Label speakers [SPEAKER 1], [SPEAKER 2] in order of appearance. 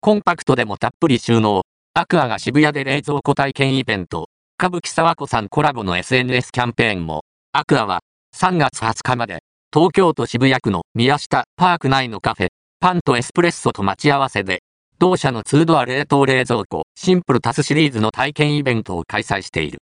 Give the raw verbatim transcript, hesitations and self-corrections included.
[SPEAKER 1] コンパクトでもたっぷり収納。アクアが渋谷で冷蔵庫体験イベント。歌舞伎沢子さんコラボの エスエヌエス キャンペーンも。アクアはさんがつはつかまで東京都渋谷区の宮下パーク内のカフェ、パンとエスプレッソと待ち合わせで、同社のツードア冷凍冷蔵庫シンプルタスシリーズの体験イベントを開催している。